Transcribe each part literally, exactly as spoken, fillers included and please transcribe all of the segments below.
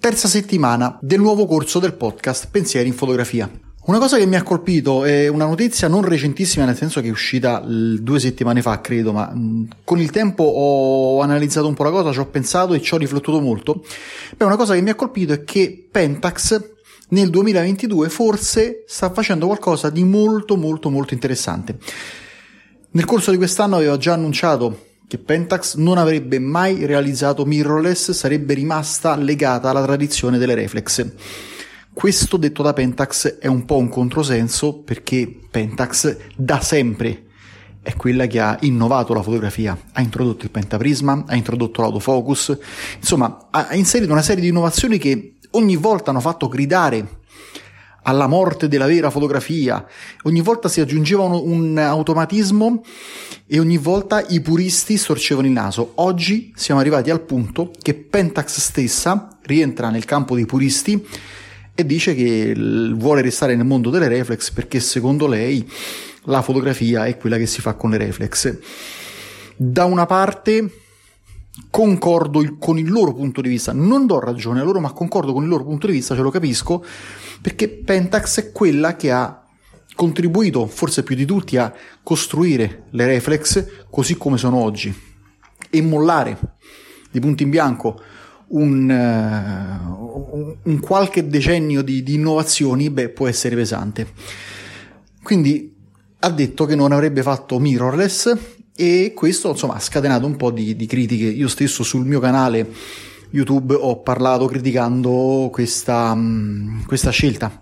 terza settimana del nuovo corso del podcast Pensieri in fotografia. Una cosa che mi ha colpito è una notizia non recentissima, nel senso che è uscita due settimane fa, credo, ma mh, con il tempo ho analizzato un po' la cosa, ci ho pensato e ci ho riflettuto molto. Beh, una cosa che mi ha colpito è che Pentax nel duemilaventidue forse sta facendo qualcosa di molto molto molto interessante. Nel corso di quest'anno aveva già annunciato che Pentax non avrebbe mai realizzato mirrorless, sarebbe rimasta legata alla tradizione delle reflex. Questo, detto da Pentax, è un po' un controsenso, perché Pentax da sempre è quella che ha innovato la fotografia, ha introdotto il pentaprisma, ha introdotto l'autofocus, insomma ha inserito una serie di innovazioni che ogni volta hanno fatto gridare alla morte della vera fotografia, ogni volta si aggiungeva un, un automatismo e ogni volta i puristi storcevano il naso. Oggi siamo arrivati al punto che Pentax stessa rientra nel campo dei puristi e dice che vuole restare nel mondo delle reflex perché secondo lei la fotografia è quella che si fa con le reflex. Da una parte concordo il, con il loro punto di vista, non do ragione a loro, ma concordo con il loro punto di vista, ce lo capisco, perché Pentax è quella che ha contribuito, forse più di tutti, a costruire le reflex così come sono oggi, e mollare di punto in bianco Un, uh, un qualche decennio di, di innovazioni, beh, può essere pesante. Quindi ha detto che non avrebbe fatto mirrorless e questo, insomma, ha scatenato un po' di, di critiche. Io stesso sul mio canale YouTube ho parlato criticando questa, um, questa scelta.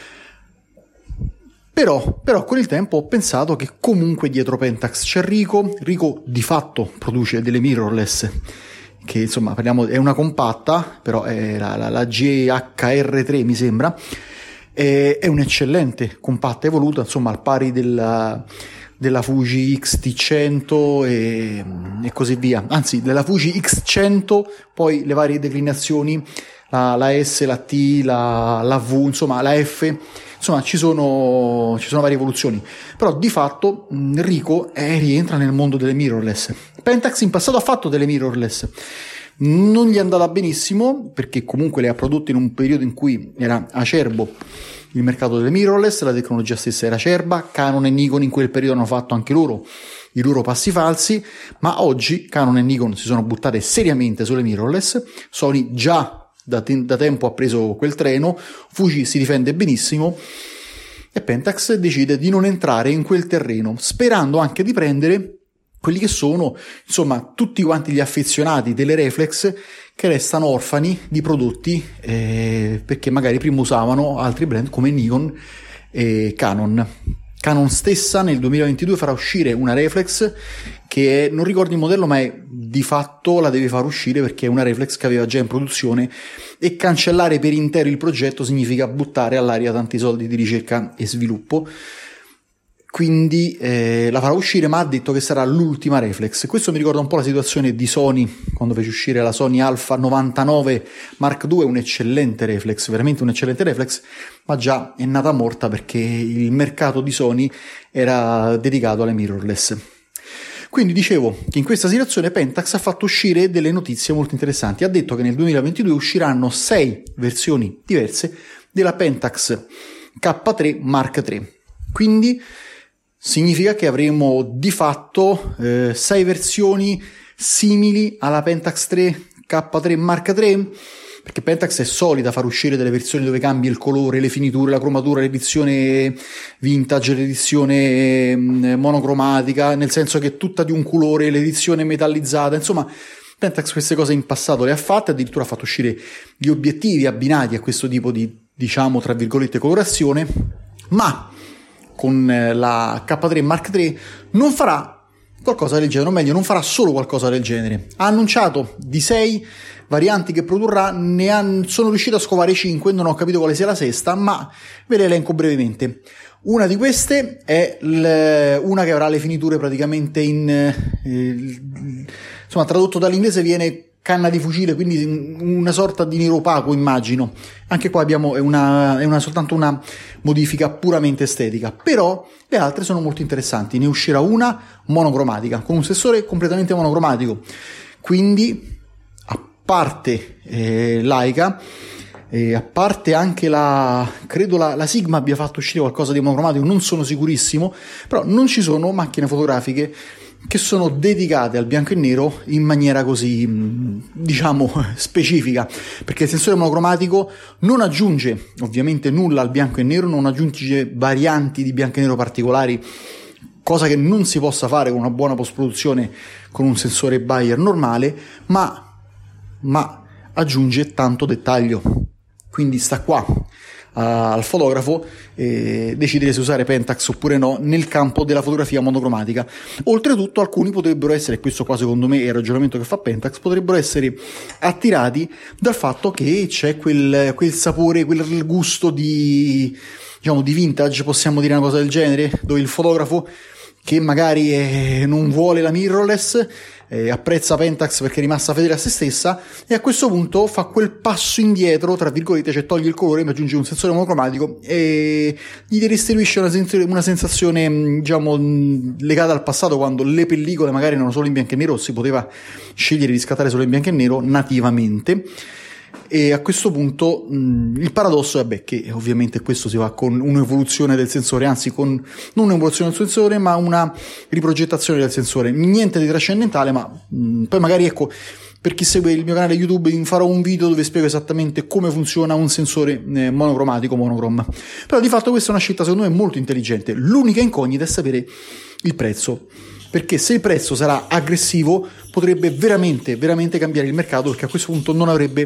Però, però con il tempo ho pensato che comunque dietro Pentax c'è Ricoh. Ricoh di fatto produce delle mirrorless che, insomma, parliamo, è una compatta, però è la, la, la G H R tre mi sembra, è, è un'eccellente compatta evoluta, insomma, al pari della, della Fuji X T cento e, e così via, anzi della Fuji X cento, poi le varie declinazioni, la, la S, la T, la, la V, insomma la F, insomma ci sono, ci sono varie evoluzioni, però di fatto Ricoh eh, rientra nel mondo delle mirrorless. Pentax in passato ha fatto delle mirrorless, non gli è andata benissimo perché comunque le ha prodotte in un periodo in cui era acerbo il mercato delle mirrorless, la tecnologia stessa era acerba, Canon e Nikon in quel periodo hanno fatto anche loro i loro passi falsi, ma oggi Canon e Nikon si sono buttate seriamente sulle mirrorless, Sony già Da, te- da tempo ha preso quel treno, Fuji si difende benissimo e Pentax decide di non entrare in quel terreno, sperando anche di prendere quelli che sono, insomma, tutti quanti gli affezionati delle reflex che restano orfani di prodotti eh, perché magari prima usavano altri brand come Nikon e Canon. Canon stessa nel duemilaventidue farà uscire una reflex che è, non ricordo il modello, ma è di fatto la deve far uscire perché è una reflex che aveva già in produzione, e cancellare per intero il progetto significa buttare all'aria tanti soldi di ricerca e sviluppo. Quindi eh, la farà uscire, ma ha detto che sarà l'ultima reflex. Questo mi ricorda un po' la situazione di Sony quando fece uscire la Sony Alpha novantanove Mark due, un'eccellente reflex, veramente un'eccellente reflex, ma già è nata morta perché il mercato di Sony era dedicato alle mirrorless. Quindi dicevo che in questa situazione Pentax ha fatto uscire delle notizie molto interessanti. Ha detto che nel duemilaventidue usciranno sei versioni diverse della Pentax K tre Mark tre. Quindi significa che avremo di fatto eh, sei versioni simili alla Pentax tre K tre Mark tre, perché Pentax è solita far uscire delle versioni dove cambia il colore, le finiture, la cromatura, l'edizione vintage, l'edizione monocromatica, nel senso che è tutta di un colore, l'edizione metallizzata, insomma Pentax queste cose in passato le ha fatte, addirittura ha fatto uscire gli obiettivi abbinati a questo tipo di, diciamo, tra virgolette, colorazione, ma con la K tre Mark tre non farà qualcosa del genere, o meglio non farà solo qualcosa del genere. Ha annunciato di sei varianti che produrrà, ne han, sono riuscito a scovare cinque, non ho capito quale sia la sesta, ma ve le elenco brevemente. Una di queste è l, una che avrà le finiture praticamente in eh, insomma, tradotto dall'inglese viene canna di fucile, quindi una sorta di nero opaco, immagino. Anche qua abbiamo è una, è una soltanto una modifica puramente estetica, però le altre sono molto interessanti. Ne uscirà una monocromatica con un sensore completamente monocromatico, quindi a parte eh, Leica, e a parte anche la, credo la, la Sigma abbia fatto uscire qualcosa di monocromatico, non sono sicurissimo, però non ci sono macchine fotografiche che sono dedicate al bianco e nero in maniera così, diciamo, specifica, perché il sensore monocromatico non aggiunge ovviamente nulla al bianco e nero, non aggiunge varianti di bianco e nero particolari, cosa che non si possa fare con una buona post-produzione con un sensore Bayer normale, ma, ma aggiunge tanto dettaglio. Quindi sta qua uh, al fotografo eh, decidere se usare Pentax oppure no nel campo della fotografia monocromatica. Oltretutto alcuni potrebbero essere, questo qua secondo me è il ragionamento che fa Pentax, potrebbero essere attirati dal fatto che c'è quel, quel sapore, quel gusto di, diciamo, di vintage, possiamo dire una cosa del genere, dove il fotografo che magari eh, non vuole la mirrorless, eh, apprezza Pentax perché è rimasta fedele a se stessa e a questo punto fa quel passo indietro, tra virgolette, cioè toglie il colore, aggiunge un sensore monocromatico e gli restituisce una, sens- una sensazione, diciamo, legata al passato, quando le pellicole magari erano solo in bianco e nero, si poteva scegliere di scattare solo in bianco e nero nativamente. E a questo punto mh, il paradosso è beh, che ovviamente questo si va con un'evoluzione del sensore, anzi con non un'evoluzione del sensore ma una riprogettazione del sensore, niente di trascendentale, ma mh, poi magari, ecco, per chi segue il mio canale YouTube farò un video dove spiego esattamente come funziona un sensore eh, monocromatico, monochrome. Però di fatto questa è una scelta secondo me molto intelligente. L'unica incognita è sapere il prezzo, perché se il prezzo sarà aggressivo potrebbe veramente, veramente cambiare il mercato, perché a questo punto non avrebbe,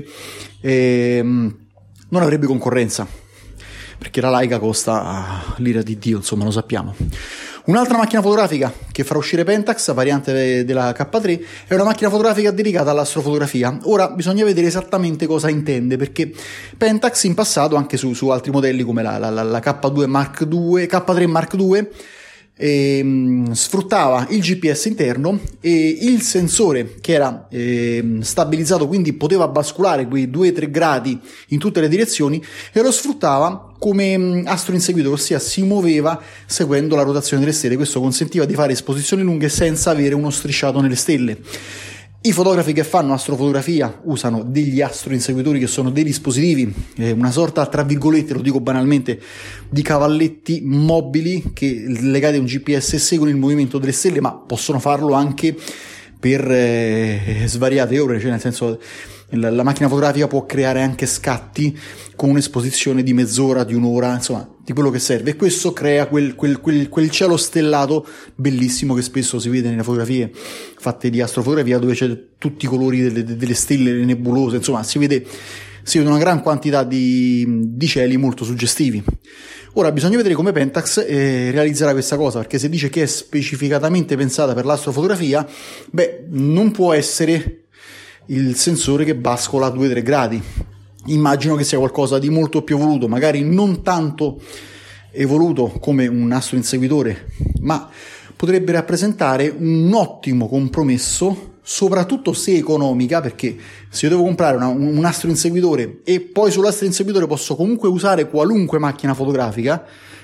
ehm, non avrebbe concorrenza, perché la Leica costa l'ira di Dio, insomma, lo sappiamo. Un'altra macchina fotografica che farà uscire Pentax, variante della K tre, è una macchina fotografica dedicata all'astrofotografia. Ora bisogna vedere esattamente cosa intende, perché Pentax in passato, anche su, su altri modelli come la, la, la K due Mark due, K tre Mark due, E, mh, sfruttava il G P S interno e il sensore che era eh, stabilizzato, quindi poteva basculare quei due tre gradi in tutte le direzioni, e lo sfruttava come mh, astro inseguitore, ossia si muoveva seguendo la rotazione delle stelle. Questo consentiva di fare esposizioni lunghe senza avere uno strisciato nelle stelle. I fotografi che fanno astrofotografia usano degli astroinseguitori che sono dei dispositivi, eh, una sorta, tra virgolette, lo dico banalmente, di cavalletti mobili che legati a un G P S seguono il movimento delle stelle, ma possono farlo anche per eh, svariate ore, cioè nel senso la, la macchina fotografica può creare anche scatti con un'esposizione di mezz'ora, di un'ora, insomma, di quello che serve, e questo crea quel, quel, quel, quel cielo stellato bellissimo che spesso si vede nelle fotografie fatte di astrofotografia, dove c'è tutti i colori delle, delle stelle, le nebulose, insomma si vede, si vede una gran quantità di, di cieli molto suggestivi. Ora bisogna vedere come Pentax eh, realizzerà questa cosa, perché se dice che è specificatamente pensata per l'astrofotografia, beh, non può essere il sensore che bascola a due tre gradi. Immagino che sia qualcosa di molto più evoluto, magari non tanto evoluto come un astro inseguitore, ma potrebbe rappresentare un ottimo compromesso, soprattutto se economica, perché se io devo comprare una, un astro inseguitore e poi sull'astro inseguitore posso comunque usare qualunque macchina fotografica,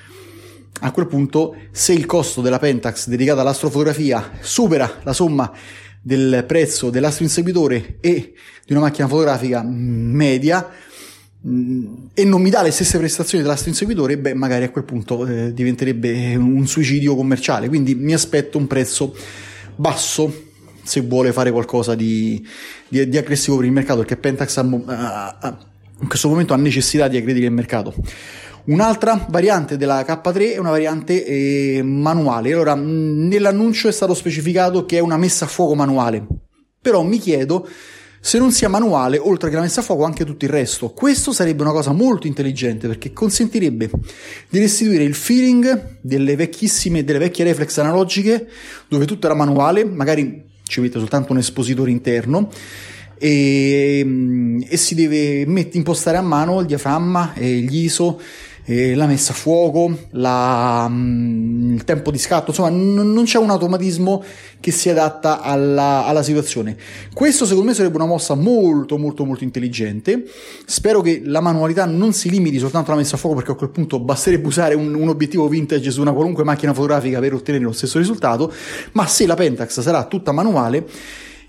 a quel punto, se il costo della Pentax dedicata all'astrofotografia supera la somma del prezzo dell'astro inseguitore e di una macchina fotografica media mh, e non mi dà le stesse prestazioni dell'astro inseguitore, beh, magari a quel punto eh, diventerebbe un suicidio commerciale. Quindi mi aspetto un prezzo basso se vuole fare qualcosa di, di, di aggressivo per il mercato, perché Pentax ha, ha, ha, in questo momento ha necessità di aggredire il mercato. Un'altra variante della K tre è una variante eh, manuale. Allora, mh, nell'annuncio è stato specificato che è una messa a fuoco manuale, però mi chiedo se non sia manuale, oltre che la messa a fuoco, anche tutto il resto. Questo sarebbe una cosa molto intelligente, perché consentirebbe di restituire il feeling delle vecchissime, delle vecchie reflex analogiche, dove tutto era manuale, magari ci mette soltanto un espositore interno, e, e si deve met- impostare a mano il diaframma e gli I S O, e la messa a fuoco, la, mh, il tempo di scatto, insomma n- non c'è un automatismo che si adatta alla, alla situazione. Questo secondo me sarebbe una mossa molto molto molto intelligente. Spero che la manualità non si limiti soltanto alla messa a fuoco, perché a quel punto basterebbe usare un, un obiettivo vintage su una qualunque macchina fotografica per ottenere lo stesso risultato, ma se la Pentax sarà tutta manuale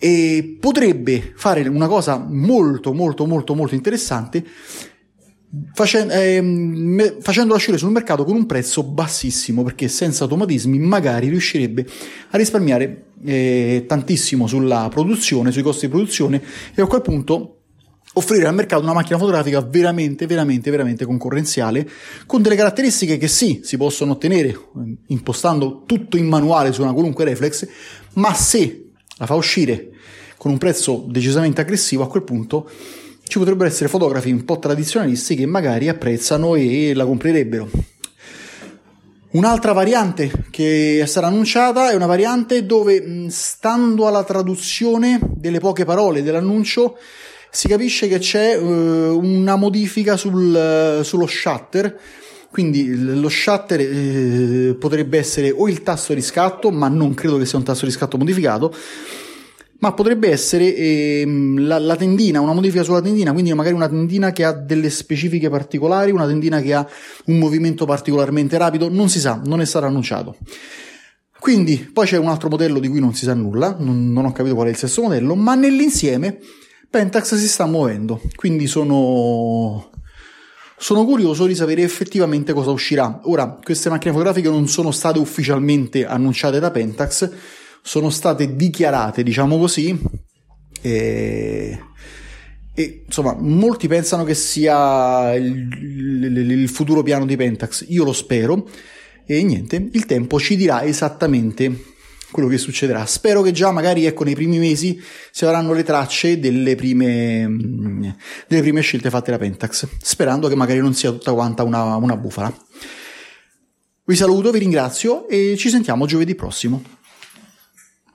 e potrebbe fare una cosa molto molto molto molto interessante, facendo, eh, facendolo uscire sul mercato con un prezzo bassissimo, perché senza automatismi magari riuscirebbe a risparmiare eh, tantissimo sulla produzione, sui costi di produzione, e a quel punto offrire al mercato una macchina fotografica veramente, veramente, veramente concorrenziale, con delle caratteristiche che sì, si possono ottenere impostando tutto in manuale su una qualunque reflex, ma se la fa uscire con un prezzo decisamente aggressivo, a quel punto ci potrebbero essere fotografi un po' tradizionalisti che magari apprezzano e la comprerebbero. Un'altra variante che sarà annunciata è una variante dove, stando alla traduzione delle poche parole dell'annuncio, si capisce che c'è uh, una modifica sul, uh, sullo shutter. Quindi lo shutter eh, potrebbe essere o il tasto di riscatto, ma non credo che sia un tasto di riscatto modificato, ma potrebbe essere eh, la, la tendina, una modifica sulla tendina, quindi magari una tendina che ha delle specifiche particolari, una tendina che ha un movimento particolarmente rapido, non si sa, non è stato annunciato. Quindi poi c'è un altro modello di cui non si sa nulla, non, non ho capito qual è il stesso modello, ma nell'insieme Pentax si sta muovendo, quindi sono... Sono curioso di sapere effettivamente cosa uscirà. Ora, queste macchine fotografiche non sono state ufficialmente annunciate da Pentax, sono state dichiarate, diciamo così, e, e insomma, molti pensano che sia il, il, il futuro piano di Pentax. Io lo spero, e niente, il tempo ci dirà esattamente quello che succederà. Spero che già magari, ecco, nei primi mesi si avranno le tracce delle prime delle prime scelte fatte da Pentax, sperando che magari non sia tutta quanta una, una bufala. Vi saluto, vi ringrazio e ci sentiamo giovedì prossimo.